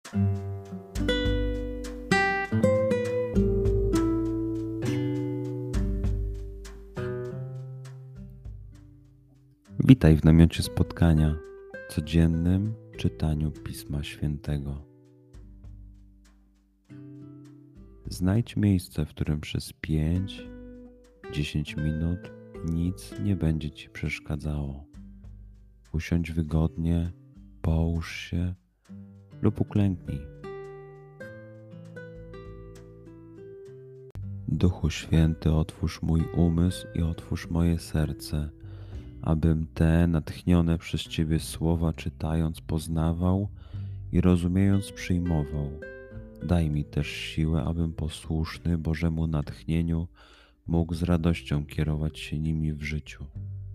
Witaj w namiocie spotkania, codziennym czytaniu Pisma Świętego. Znajdź miejsce, w którym przez 5-10 minut nic nie będzie Ci przeszkadzało. Usiądź wygodnie, połóż się lub uklęknij. Duchu Święty, otwórz mój umysł i otwórz moje serce, abym te natchnione przez Ciebie słowa czytając poznawał i rozumiejąc przyjmował. Daj mi też siłę, abym posłuszny Bożemu natchnieniu mógł z radością kierować się nimi w życiu.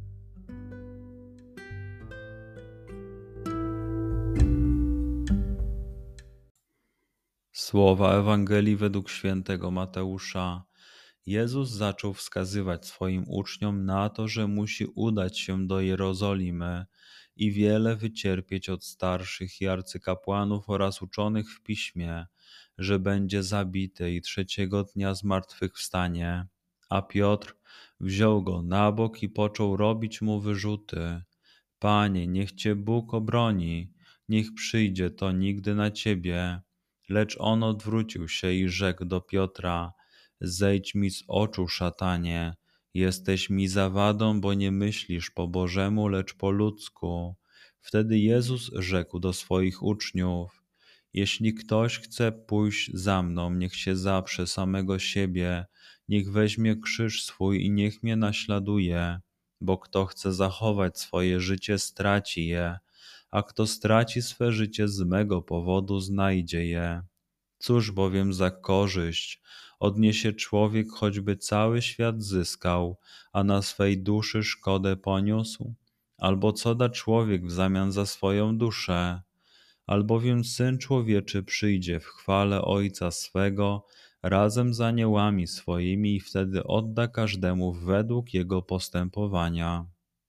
Słowa Ewangelii według świętego Mateusza. Jezus zaczął wskazywać swoim uczniom na to, że musi udać się do Jerozolimy i wiele wycierpieć od starszych i arcykapłanów oraz uczonych w piśmie, że będzie zabity i trzeciego dnia zmartwychwstanie. A Piotr wziął go na bok i począł robić mu wyrzuty. Panie, niech Cię Bóg obroni, niech przyjdzie to nigdy na Ciebie. Lecz on odwrócił się i rzekł do Piotra: Zejdź mi z oczu, szatanie, jesteś mi zawadą, bo nie myślisz po Bożemu, lecz po ludzku. Wtedy Jezus rzekł do swoich uczniów: Jeśli ktoś chce pójść za mną, niech się zaprze samego siebie, niech weźmie krzyż swój i niech mnie naśladuje, bo kto chce zachować swoje życie, straci je, a kto straci swe życie z mego powodu, znajdzie je. Cóż bowiem za korzyść odniesie człowiek, choćby cały świat zyskał, a na swej duszy szkodę poniósł? Albo co da człowiek w zamian za swoją duszę? Albowiem Syn Człowieczy przyjdzie w chwale Ojca swego razem z aniołami swoimi i wtedy odda każdemu według jego postępowania.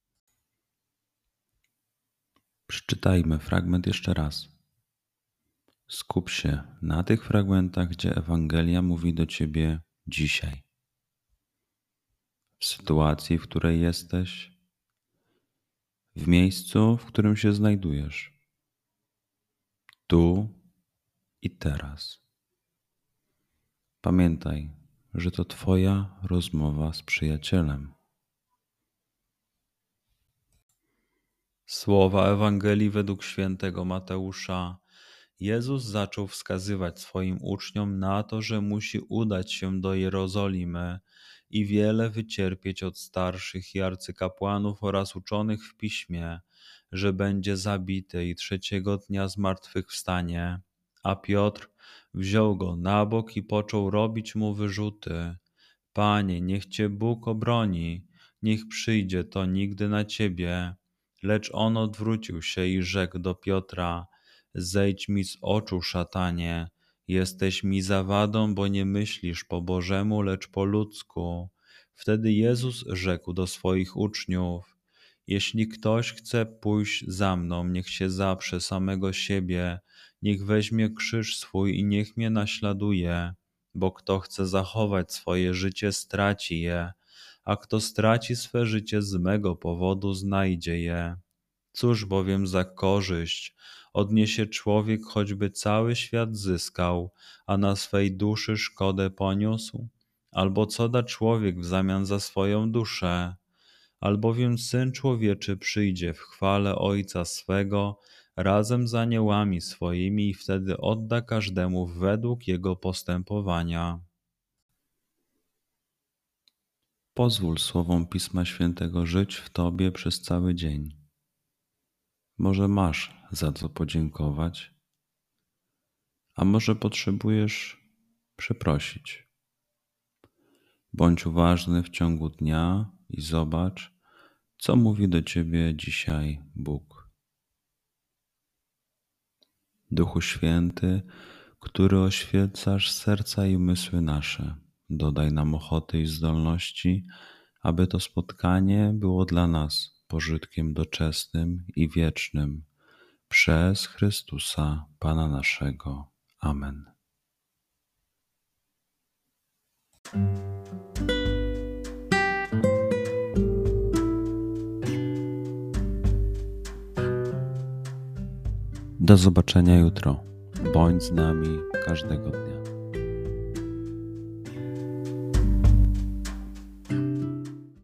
Przeczytajmy fragment jeszcze raz. Skup się na tych fragmentach, gdzie Ewangelia mówi do Ciebie dzisiaj. W sytuacji, w której jesteś, w miejscu, w którym się znajdujesz, tu i teraz. Pamiętaj, że to Twoja rozmowa z przyjacielem. Słowa Ewangelii według świętego Mateusza. Jezus zaczął wskazywać swoim uczniom na to, że musi udać się do Jerozolimy i wiele wycierpieć od starszych i arcykapłanów oraz uczonych w piśmie, że będzie zabity i trzeciego dnia zmartwychwstanie. A Piotr wziął go na bok i począł robić mu wyrzuty. Panie, niech Cię Bóg obroni, niech przyjdzie to nigdy na Ciebie. Lecz on odwrócił się i rzekł do Piotra: Zejdź mi z oczu, szatanie, jesteś mi zawadą, bo nie myślisz po Bożemu, lecz po ludzku. Wtedy Jezus rzekł do swoich uczniów: Jeśli ktoś chce pójść za mną, niech się zaprze samego siebie, niech weźmie krzyż swój i niech mnie naśladuje, bo kto chce zachować swoje życie, straci je, a kto straci swe życie z mego powodu, znajdzie je. Cóż bowiem za korzyść odniesie człowiek, choćby cały świat zyskał, a na swej duszy szkodę poniósł? Albo co da człowiek w zamian za swoją duszę? Albowiem Syn Człowieczy przyjdzie w chwale Ojca swego razem z aniołami swoimi i wtedy odda każdemu według jego postępowania. Pozwól słowom Pisma Świętego żyć w Tobie przez cały dzień. Może masz za co podziękować, a może potrzebujesz przeprosić. Bądź uważny w ciągu dnia i zobacz, co mówi do Ciebie dzisiaj Bóg. Duchu Święty, który oświecasz serca i umysły nasze, dodaj nam ochoty i zdolności, aby to spotkanie było dla nas pożytkiem doczesnym i wiecznym, przez Chrystusa Pana naszego. Amen. Do zobaczenia jutro. Bądź z nami każdego dnia.